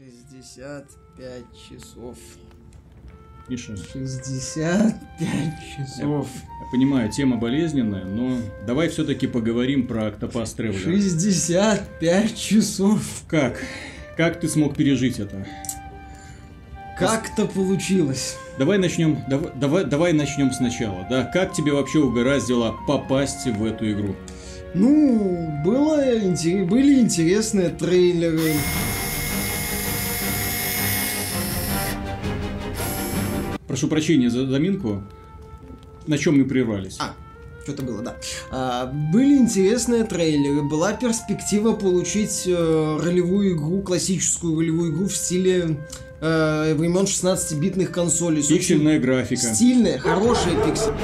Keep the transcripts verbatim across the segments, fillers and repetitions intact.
шестьдесят пять часов. Миша. шестьдесят пять часов. Я, я понимаю, тема болезненная, но давай все-таки поговорим про Octopath Traveler. шестьдесят пять часов. Как? Как ты смог пережить это? Как-то получилось. Давай начнем, давай, давай, давай начнем сначала, да? Как тебе вообще угораздило попасть в эту игру? Ну, было, были интересные трейлеры. Прошу прощения за заминку. На чем мы прервались? А, что-то было, да. А, были интересные трейлеры, была перспектива получить э, ролевую игру, классическую ролевую игру в стиле э, времен шестнадцатибитных консолей. Пиксельная графика. Стильная, хорошая пиксель.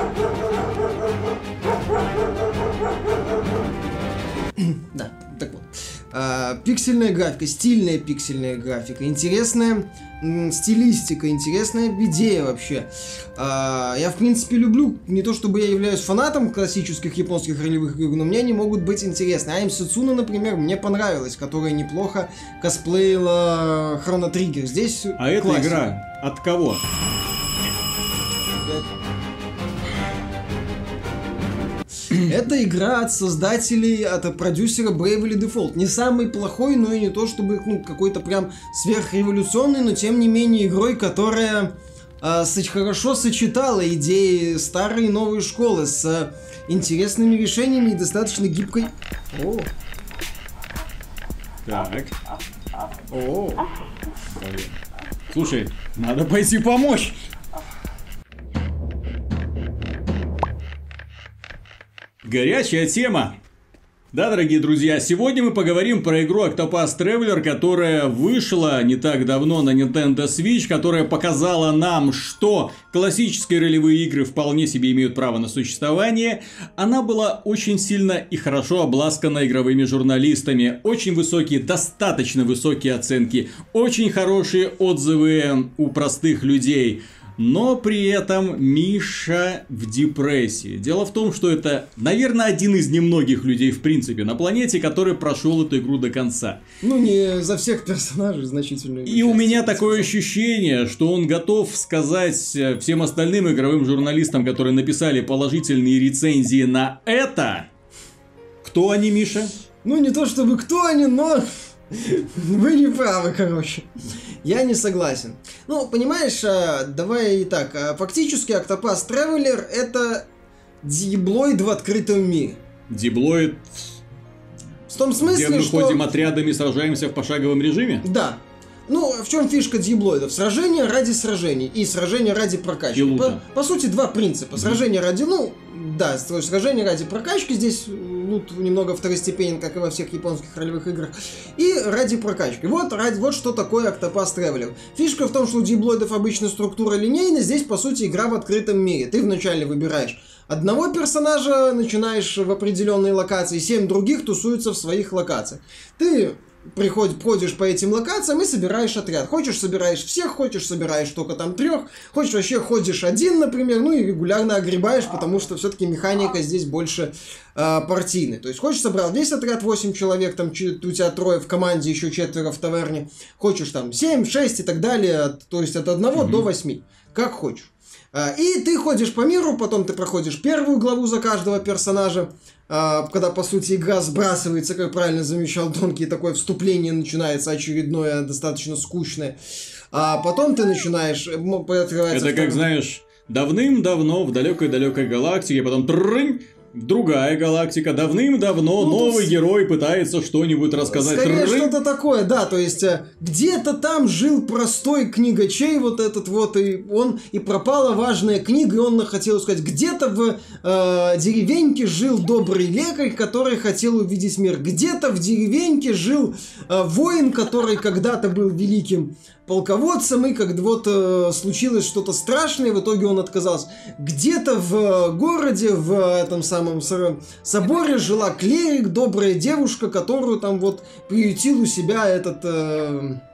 Да, так вот. А, пиксельная графика, стильная пиксельная графика, интересная м, стилистика, интересная идея вообще. А, я, в принципе, люблю, не то чтобы я являюсь фанатом классических японских ролевых игр, но мне они могут быть интересны. Айм Сэцуна, например, мне понравилась, которая неплохо косплеила Chrono Trigger. Здесь А эта классика. игра от кого? Это игра от создателей, от продюсера Bravely Default. Не самый плохой, но и не то чтобы ну, какой-то прям сверхреволюционный, но тем не менее игрой, которая э, со- хорошо сочетала идеи старой и новой школы с э, интересными решениями и достаточно гибкой... О, Так. о. Слушай, надо пойти помочь. Горячая тема. Да, дорогие друзья, сегодня мы поговорим про игру Octopath Traveler, которая вышла не так давно на Nintendo Switch, которая показала нам, что классические ролевые игры вполне себе имеют право на существование. Она была очень сильно и хорошо обласкана игровыми журналистами. Очень высокие, достаточно высокие оценки, очень хорошие отзывы у простых людей. Но при этом Миша в депрессии. Дело в том, что это, наверное, один из немногих людей, в принципе, на планете, который прошел эту игру до конца. Ну, не за всех персонажей значительно. И у меня такое ощущение, что он готов сказать всем остальным игровым журналистам, которые написали положительные рецензии на это. Кто они, Миша? Ну, не то чтобы кто они, но... Вы не правы, короче. Я не согласен. Ну, понимаешь, давай и так. Фактически Octopath Traveler это диблоид в открытом мире. Диблоид, В том смысле, где мы что... ходим отрядами, сражаемся в пошаговом режиме? Да. Ну, в чем фишка диблоидов? Сражение ради сражений и сражение ради прокачки. И По, лута. по сути, два принципа. Сражение ради, ну, да, то есть сражение ради прокачки, здесь лут немного второстепенен, как и во всех японских ролевых играх, и ради прокачки. Вот, ради, вот что такое Octopath Traveler. Фишка в том, что у диблоидов обычно структура линейная, здесь, по сути, игра в открытом мире. Ты вначале выбираешь одного персонажа, начинаешь в определенной локации, семь других тусуются в своих локациях. Ты... Приходишь, ходишь по этим локациям и собираешь отряд. Хочешь, собираешь всех, хочешь, собираешь только там трех, хочешь, вообще ходишь один, например, ну и регулярно огребаешь, потому что все-таки механика здесь больше э, партийная. То есть, хочешь, собрал весь отряд, восемь человек, там ч- у тебя трое в команде, еще четверо в таверне, хочешь там семь, шесть и так далее, от, то есть от одного mm-hmm. до восьми, как хочешь. И ты ходишь по миру, потом ты проходишь первую главу за каждого персонажа, когда, по сути, игра сбрасывается, как правильно замечал Донки, такое вступление начинается очередное, достаточно скучное. А потом ты начинаешь... Это как, знаешь, давным-давно в далекой-далекой галактике, потом трынь, другая галактика, давным-давно ну, новый герой пытается что-нибудь рассказать. Скорее что-то такое, да, то есть где-то там жил простой книгачей вот этот вот, и он, и пропала важная книга, и он хотел сказать, где-то в э, деревеньке жил добрый лекарь, который хотел увидеть мир, где-то в деревеньке жил э, воин, который когда-то был великим полководцем, и когда вот э, случилось что-то страшное, в итоге он отказался. Где-то в э, городе, в этом самом соборе жила клерик, добрая девушка, которую там вот приютил у себя этот... Э,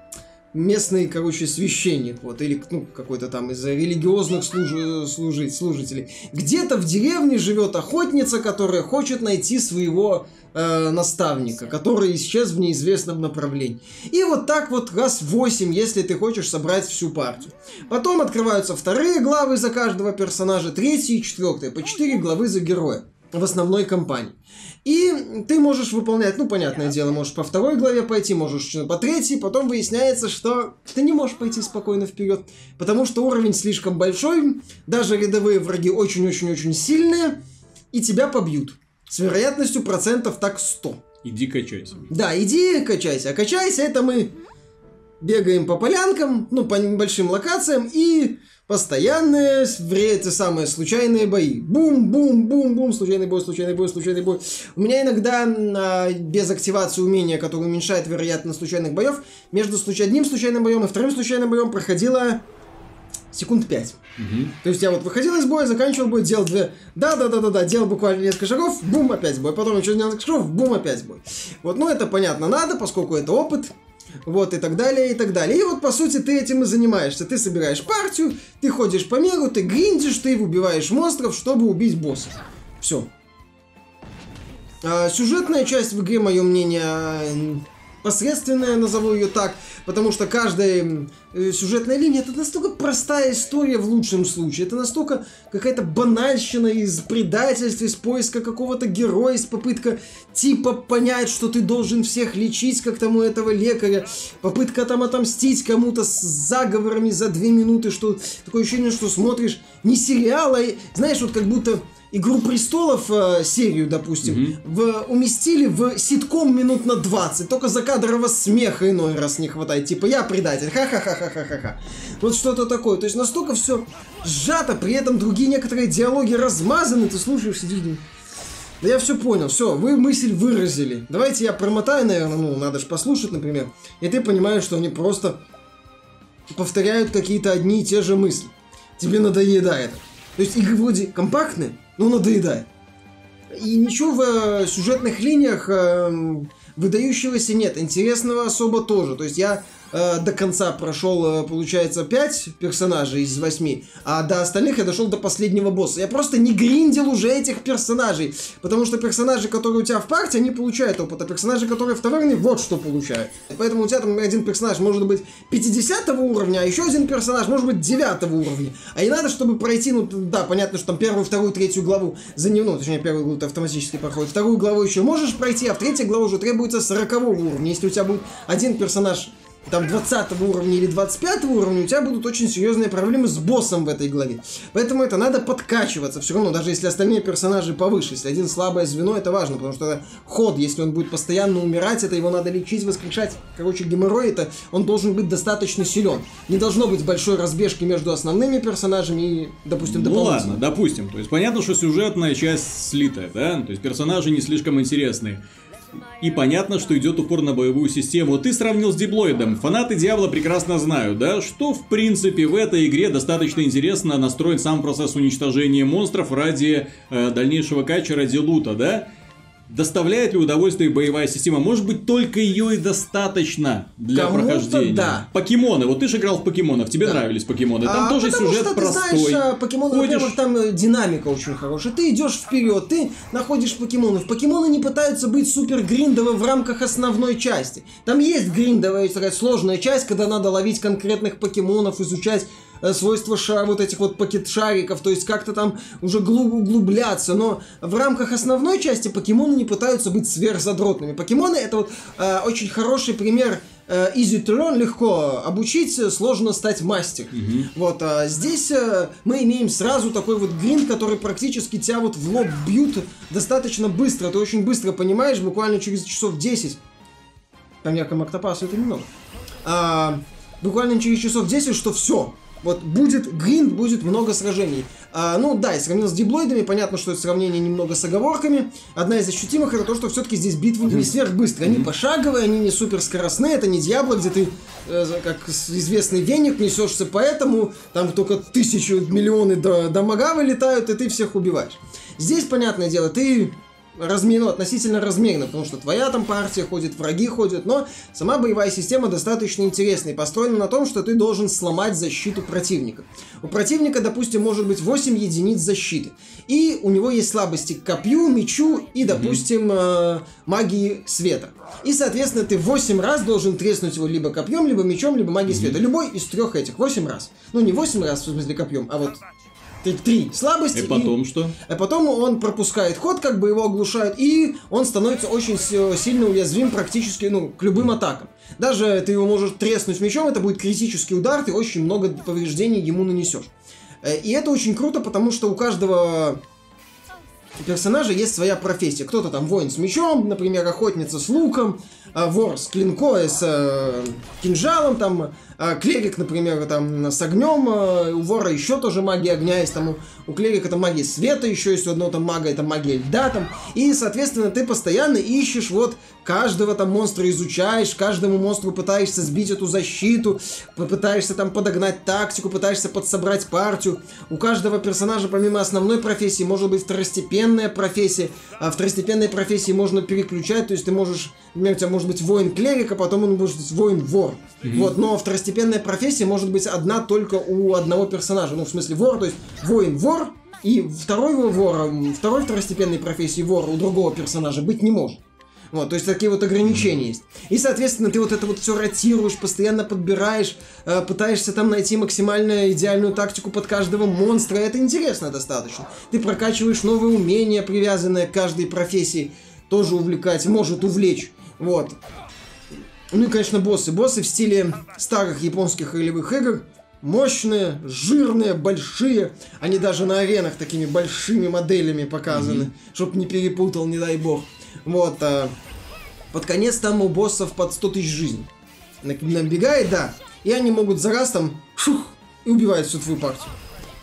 местный, короче, священник, вот, или, ну, какой-то там из религиозных служ... служить, служителей. Где-то в деревне живет охотница, которая хочет найти своего э, наставника, который исчез в неизвестном направлении. И вот так вот раз в восемь, если ты хочешь собрать всю партию. Потом открываются вторые главы за каждого персонажа, третьи и четвертые, по четыре главы за героя в основной кампании. И ты можешь выполнять, ну, понятное дело, можешь по второй главе пойти, можешь по третьей, потом выясняется, что ты не можешь пойти спокойно вперед, потому что уровень слишком большой, даже рядовые враги очень-очень-очень сильные, и тебя побьют. С вероятностью процентов так сто. Иди качайся. Да, иди качайся. А качайся, это мы бегаем по полянкам, ну, по небольшим локациям, и постоянные, эти самые случайные бои. Бум-бум-бум-бум, случайный бой, случайный бой, случайный бой. У меня иногда а, без активации умения, которое уменьшает вероятность случайных боев, между случай... одним случайным боем и вторым случайным боем проходило секунд пять. Угу. То есть я вот выходил из боя, заканчивал бой, делал две... Да-да-да-да-да, делал буквально несколько шагов, бум, опять бой. Потом еще несколько шагов, бум, опять бой. Вот, ну это понятно надо, поскольку это опыт. Вот, и так далее, и так далее. И вот, по сути, ты этим и занимаешься. Ты собираешь партию, ты ходишь по миру, ты гриндишь, ты убиваешь монстров, чтобы убить босса. Все. А, сюжетная часть в игре, мое мнение, посредственная, назову ее так, потому что каждая э, сюжетная линия — это настолько простая история в лучшем случае, это настолько какая-то банальщина из предательства, из поиска какого-то героя, из попытка типа понять, что ты должен всех лечить, как тому этого лекаря, попытка там отомстить кому-то с заговорами за две минуты, что такое ощущение, что смотришь не сериал, а, знаешь, вот как будто «Игру престолов», э, серию, допустим, mm-hmm. в, уместили в ситком минут на двадцать, только закадрового смеха иной раз не хватает, типа «я предатель, ха-ха-ха-ха-ха-ха». Вот что-то такое, то есть настолько все сжато, при этом другие некоторые диалоги размазаны, ты слушаешь, сидишь, думаешь, да я все понял, все, вы мысль выразили, давайте я промотаю, наверное, ну, надо же послушать, например, и ты понимаешь, что они просто повторяют какие-то одни и те же мысли, тебе надоедает. То есть игры вроде компактные, но надоедает. И ничего в э, сюжетных линиях э, выдающегося нет. Интересного особо тоже. То есть я э, до конца прошел, э, получается, пять персонажей из восьми, а до остальных я дошел до последнего босса. Я просто не гриндил уже этих персонажей. Потому что персонажи, которые у тебя в партии, они получают опыт. А персонажи, которые в таверне, вот что получают. Поэтому у тебя там один персонаж может быть пятидесятого уровня, а еще один персонаж может быть девятого уровня. А и надо, чтобы пройти, ну да, понятно, что там первую, вторую, третью главу за ним, ну, точнее, первую главу ты автоматически проходит. Вторую главу еще можешь пройти, а в третьей главу уже требуется сорокового уровня. Если у тебя будет один персонаж там двадцатого уровня или двадцать пятого уровня, у тебя будут очень серьезные проблемы с боссом в этой главе. Поэтому это надо подкачиваться все равно, даже если остальные персонажи повыше. Если один слабое звено, это важно, потому что это ход, если он будет постоянно умирать, это его надо лечить, воскрешать. Короче, геморрой, это он должен быть достаточно силен. Не должно быть большой разбежки между основными персонажами и, допустим, дополнительными. Ну ладно, допустим. То есть понятно, что сюжетная часть слитая, да? То есть персонажи не слишком интересные. И понятно, что идет упор на боевую систему. Ты сравнил с Диблоидом. Фанаты Диабло прекрасно знают, да, что в принципе в этой игре достаточно интересно настроен сам процесс уничтожения монстров ради э, дальнейшего кача, ради лута, да? Доставляет ли удовольствие боевая система? Может быть, только ее и достаточно для Кому-то прохождения. Да. Покемоны. Вот ты же играл в покемонов, тебе да. нравились покемоны. Там а, тоже сюжет что, простой. Ты знаешь, покемоны, Ходишь... во-первых, там динамика очень хорошая. Ты идешь вперед, ты находишь покемонов. Покемоны не пытаются быть супер гриндовы в рамках основной части. Там есть гриндовая, такая сложная часть, когда надо ловить конкретных покемонов, изучать свойства шар, вот этих вот пакет-шариков, то есть как-то там уже глуб, углубляться, но в рамках основной части покемоны не пытаются быть сверхзадротными. Покемоны — это вот э, очень хороший пример э, easy to learn, легко обучить, сложно стать мастером. Mm-hmm. Вот, а здесь э, мы имеем сразу такой вот гринд, который практически тебя вот в лоб бьют достаточно быстро, ты очень быстро понимаешь, буквально через часов десять, по меркам Октопаса это немного, а, буквально через часов десять, что все. Вот будет гринд, будет много сражений. А, ну да, я сравнил с Диблоидами, понятно, что это сравнение немного с оговорками. Одна из ощутимых — это то, что все-таки здесь битвы не сверхбыстрые. Они пошаговые, они не суперскоростные, это не Диабло, где ты, э, как известный веник, несешься, поэтому там только тысячу, миллионы дамага вылетают, и ты всех убиваешь. Здесь, понятное дело, ты размеренно, относительно размеренно, потому что твоя там партия ходит, враги ходят, но сама боевая система достаточно интересная и построена на том, что ты должен сломать защиту противника. У противника, допустим, может быть восемь единиц защиты, и у него есть слабости к копью, мечу и, допустим, э, магии света. И, соответственно, ты восемь раз должен треснуть его либо копьем, либо мечом, либо магией света. Любой из трех этих, восемь раз. Ну, не восемь раз, в смысле, копьем, а вот... Три слабости. И потом и, что? А потом он пропускает ход, как бы его оглушают, и он становится очень сильно уязвим практически, ну, к любым атакам. Даже ты его можешь треснуть мечом, это будет критический удар, ты очень много повреждений ему нанесешь. И это очень круто, потому что у каждого персонажа есть своя профессия. Кто-то там воин с мечом, например, охотница с луком, вор с клинком, с э, кинжалом, там, э, клерик, например, там, с огнем, э, у вора еще тоже магия огня есть, там, у, у клерика там магия света еще есть, у одного там мага это магия льда, там, и, соответственно, ты постоянно ищешь вот каждого там монстра, изучаешь, каждому монстру пытаешься сбить эту защиту, пытаешься там подогнать тактику, пытаешься подсобрать партию. У каждого персонажа, помимо основной профессии, может быть второстепенная профессия, а второстепенной профессии можно переключать, то есть ты можешь, например, у тебя может быть воин-клерик, а потом он может быть воин-вор. Mm-hmm. Вот, но второстепенная профессия может быть одна только у одного персонажа, ну, в смысле вор, то есть воин-вор, и второй вора, второй второстепенной профессии вора у другого персонажа быть не может. Вот, то есть такие вот ограничения есть. И, соответственно, ты вот это вот все ротируешь, постоянно подбираешь, э, пытаешься там найти максимально идеальную тактику под каждого монстра. Это интересно достаточно. Ты прокачиваешь новые умения, привязанные к каждой профессии. Тоже увлекать, может увлечь. Вот. Ну и, конечно, боссы. Боссы в стиле старых японских ролевых игр. Мощные, жирные, большие. Они даже на аренах такими большими моделями показаны. Mm-hmm. Чтоб не перепутал, не дай бог. Вот, а, под конец там у боссов под сто тысяч жизней. Набегает, да, и они могут за раз там шух, и убивают всю твою партию.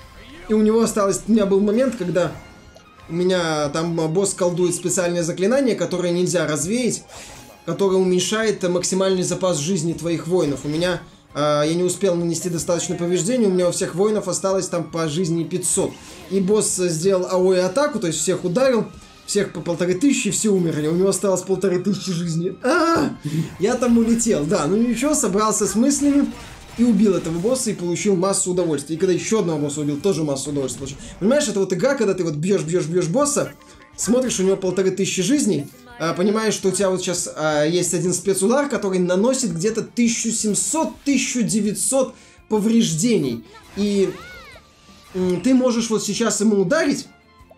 И у него осталось, у меня был момент, когда у меня там босс колдует специальное заклинание, которое нельзя развеять, которое уменьшает максимальный запас жизни твоих воинов. У меня, а, я не успел нанести достаточно повреждений, у меня у всех воинов осталось там по жизни пятьсот. И босс сделал АОЭ атаку, то есть всех ударил. Всех по полторы тысячи, все умерли. У него осталось полторы тысячи жизни. А-а-а! Я там улетел. Да, ну ничего, собрался с мыслями и убил этого босса и получил массу удовольствия. И когда еще одного босса убил, тоже массу удовольствия получил. Понимаешь, это вот игра, когда ты вот бьешь, бьешь, бьешь босса, смотришь, у него полторы тысячи жизней, а, понимаешь, что у тебя вот сейчас а, есть один спецудар, который наносит где-то тысяча семьсот - тысяча девятьсот повреждений. И м, ты можешь вот сейчас ему ударить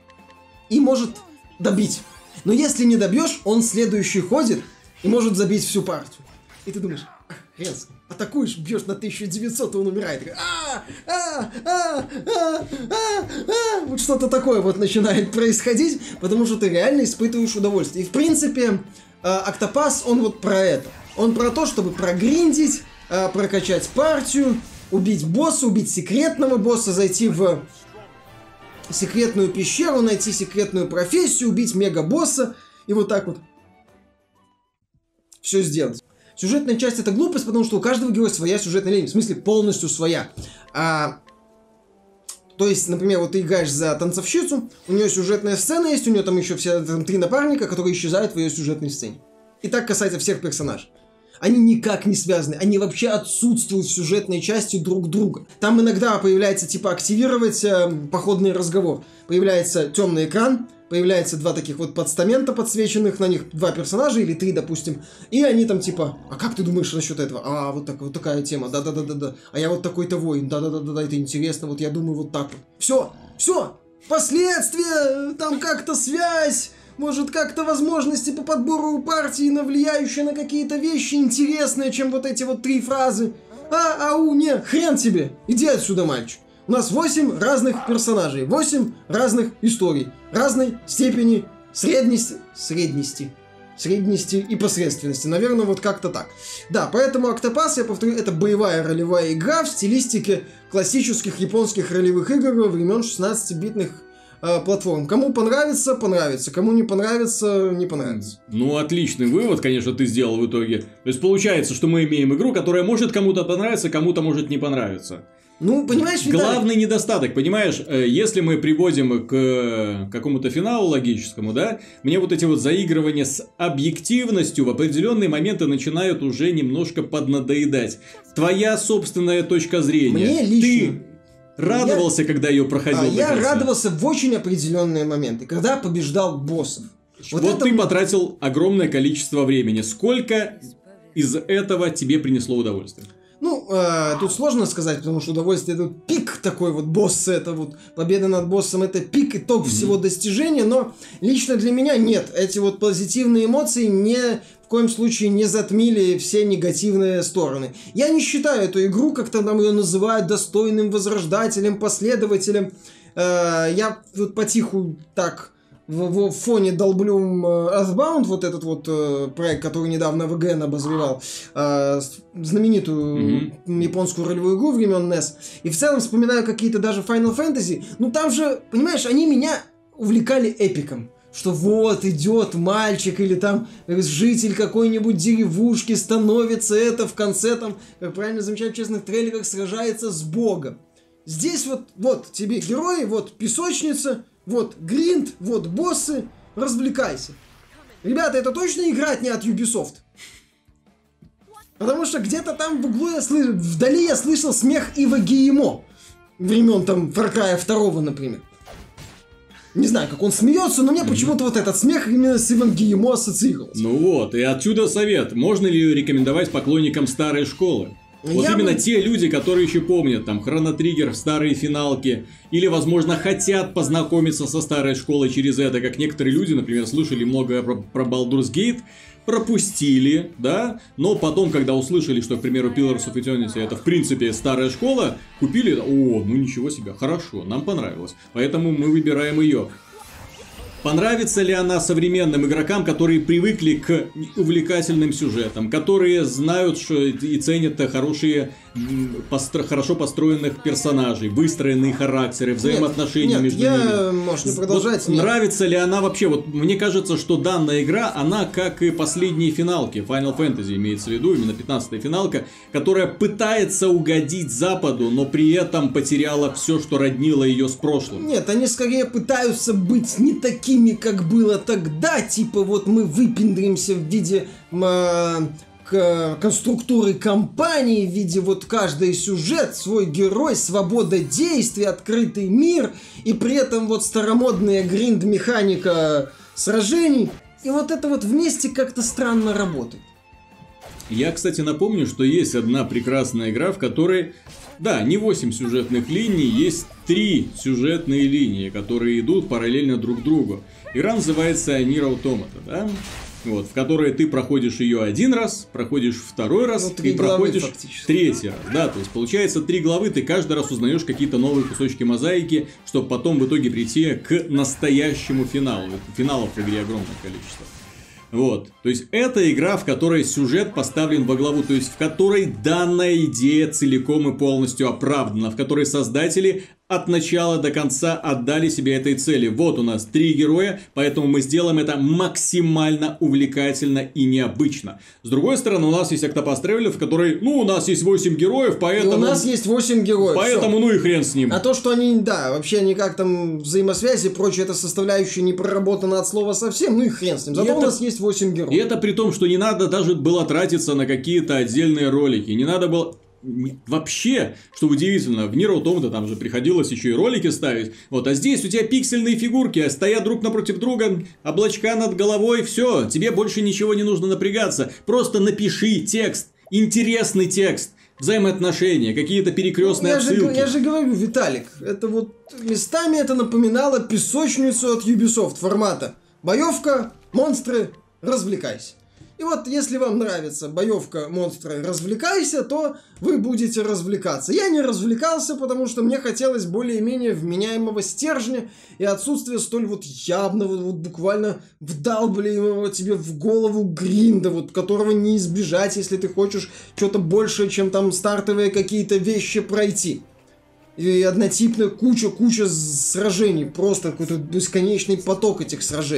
и может... добить. Но если не добьешь, он следующий ходит и может забить всю партию. И ты думаешь, хрен с ним. Атакуешь, бьешь на тысячу девятьсот, и он умирает. А, а, а, а, а. Вот что-то такое вот начинает происходить, потому что ты реально испытываешь удовольствие. И в принципе, Octopath, он вот про это. Он про то, чтобы прогриндить, прокачать партию, убить босса, убить секретного босса, зайти в... секретную пещеру, найти секретную профессию, убить мега-босса и вот так вот все сделать. Сюжетная часть это глупость, потому что у каждого героя своя сюжетная линия, в смысле полностью своя. А, то есть, например, вот ты играешь за танцовщицу, у нее сюжетная сцена есть, у нее там еще все там, три напарника, которые исчезают в ее сюжетной сцене. И так касается всех персонажей. Они никак не связаны, они вообще отсутствуют в сюжетной части друг друга. Там иногда появляется, типа, активировать э, походный разговор. Появляется темный экран, появляется два таких вот подстамента подсвеченных, на них два персонажа или три, допустим. И они там, типа, а как ты думаешь насчет этого? А, вот, так, вот такая тема, да-да-да-да-да. А я вот такой-то воин, да-да-да-да, это интересно, вот я думаю вот так вот. Все, все, последствия, там как-то связь. Может, как-то возможности по подбору у партии, на влияющие на какие-то вещи интересные, чем вот эти вот три фразы. А, ау, не, хрен тебе. Иди отсюда, мальчик. У нас восемь разных персонажей, восемь разных историй, разной степени средности, средности, средности и посредственности. Наверное, вот как-то так. Да, поэтому Octopath, я повторю, это боевая ролевая игра в стилистике классических японских ролевых игр времен шестнадцатибитных платформ. Кому понравится, понравится. Кому не понравится, не понравится. Ну, отличный вывод, конечно, ты сделал в итоге. То есть, получается, что мы имеем игру, которая может кому-то понравиться, кому-то может не понравиться. Ну, понимаешь, Виталик? Главный недостаток, понимаешь, если мы приводим к какому-то финалу логическому, да, мне вот эти вот заигрывания с объективностью в определенные моменты начинают уже немножко поднадоедать. Твоя собственная точка зрения. Мне лично... Ты радовался, я... когда ее проходил? А, я радовался в очень определенные моменты, когда побеждал боссов. Вот, вот это... ты потратил огромное количество времени. Сколько из этого тебе принесло удовольствие? Ну, э, тут сложно сказать, потому что удовольствие это пик такой вот босса, это вот победа над боссом, это пик, итог mm-hmm. всего достижения, но лично для меня нет, эти вот позитивные эмоции не в коем случае не затмили все негативные стороны. Я не считаю эту игру, как-то там ее называют, достойным возрождателем, последователем. Э, я вот потиху так... В, в фоне долблю Earthbound, вот этот вот э, проект, который недавно вэ гэ эн обозревал, э, знаменитую mm-hmm. японскую ролевую игру времен нес. И в целом вспоминаю какие-то даже Final Fantasy. Ну там же, понимаешь, они меня увлекали эпиком. Что вот идет мальчик или там житель какой-нибудь деревушки, становится это в конце там, как правильно замечать в честных трейлерах, сражается с богом. Здесь вот, вот тебе герои, вот песочница, вот гринд, вот боссы, развлекайся. Ребята, это точно играть не от Ubisoft? Потому что где-то там в углу я слышал, вдали я слышал смех Ива Гиемо. Времен там Far Cry два, например. Не знаю, как он смеется, но мне mm-hmm. почему-то вот этот смех именно с Ивом Гиемо ассоциировался. Ну вот, и отсюда совет. Можно ли рекомендовать поклонникам старой школы? Вот я именно бы... те люди, которые еще помнят там Chrono Trigger, старые финалки, или, возможно, хотят познакомиться со старой школой через это, как некоторые люди, например, слышали много про, про Baldur's Gate, пропустили, да, но потом, когда услышали, что, к примеру, Pillars of Eternity это, в принципе, старая школа, купили, о, ну ничего себе, хорошо, нам понравилось, поэтому мы выбираем ее. Понравится ли она современным игрокам, которые привыкли к увлекательным сюжетам, которые знают что и ценят хорошие, постро, хорошо построенных персонажей, выстроенные характеры, взаимоотношения нет, нет, между я... ними? Можно продолжать. Вот нравится ли она вообще? Вот мне кажется, что данная игра, она как и последние финалки, Final Fantasy имеется в виду, именно пятнадцатая финалка, которая пытается угодить Западу, но при этом потеряла все, что роднило ее с прошлым. Нет, они скорее пытаются быть не такими, как было тогда, типа вот мы выпендримся в виде э, к, конструктуры компании, в виде вот каждый сюжет, свой герой, свобода действий, открытый мир, и при этом вот старомодная гринд-механика сражений, и вот это вот вместе как-то странно работает. Я, кстати, напомню, что есть одна прекрасная игра, в которой, да, не восемь сюжетных линий, есть три сюжетные линии, которые идут параллельно друг другу. Игра называется Nier Automata, да? Вот, в которой ты проходишь ее один раз, проходишь второй раз ну, и проходишь третий раз. Да, то есть получается три главы, ты каждый раз узнаешь какие-то новые кусочки мозаики, чтобы потом в итоге прийти к настоящему финалу. Финалов в игре огромное количество. Вот, то есть это игра, в которой сюжет поставлен во главу, то есть в которой данная идея целиком и полностью оправдана, в которой создатели от начала до конца отдали себе этой цели. Вот у нас три героя, поэтому мы сделаем это максимально увлекательно и необычно. С другой стороны, у нас есть Octopath Traveler, в которой, ну, у нас есть восемь героев, поэтому... И у нас есть восемь героев. Поэтому, всё. Ну и хрен с ним. А то, что они, да, вообще никак там взаимосвязи и прочее, эта составляющая не проработана от слова совсем, ну и хрен с ним. Зато и у это... нас есть восемь героев. И это при том, что не надо даже было тратиться на какие-то отдельные ролики, не надо было... Вообще, что удивительно, в Nier Automata там же приходилось еще и ролики ставить. Вот, а здесь у тебя пиксельные фигурки, стоят друг напротив друга, облачка над головой, все, тебе больше ничего не нужно напрягаться. Просто напиши текст, интересный текст, взаимоотношения, какие-то перекрестные я отсылки. Же, я же говорю, Виталик, это вот местами это напоминало песочницу от Ubisoft формата. Боевка, монстры, развлекайся. И вот, если вам нравится боевка, монстры, развлекайся, то вы будете развлекаться. Я не развлекался, потому что мне хотелось более-менее вменяемого стержня и отсутствия столь вот явного, вот буквально вдалбливаемого тебе в голову гринда, вот которого не избежать, если ты хочешь что-то большее, чем там стартовые какие-то вещи пройти. И однотипная куча-куча сражений, просто какой-то бесконечный поток этих сражений.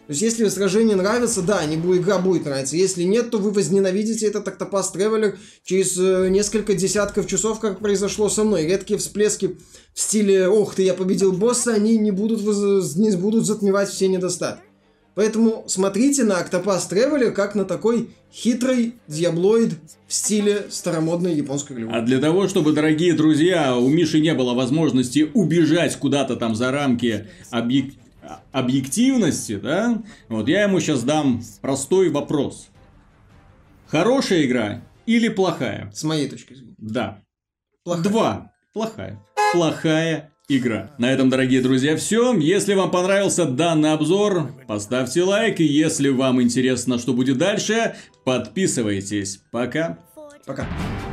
То есть, если сражение нравится, да, не будет, игра будет нравиться. Если нет, то вы возненавидите этот Octopath Traveler через э, несколько десятков часов, как произошло со мной. Редкие всплески в стиле «Ох ты, я победил босса», они не будут, не будут затмевать все недостатки. Поэтому смотрите на Octopath Traveler как на такой хитрый диаблоид в стиле старомодной японской игры. А для того, чтобы, дорогие друзья, у Миши не было возможности убежать куда-то там за рамки объек... объективности, да, вот я ему сейчас дам простой вопрос. Хорошая игра или плохая? С моей точки зрения. Да. Плохая. Два. Плохая. Плохая игра. На этом, дорогие друзья, все. Если вам понравился данный обзор, поставьте лайк. И если вам интересно, что будет дальше, подписывайтесь. Пока. Пока.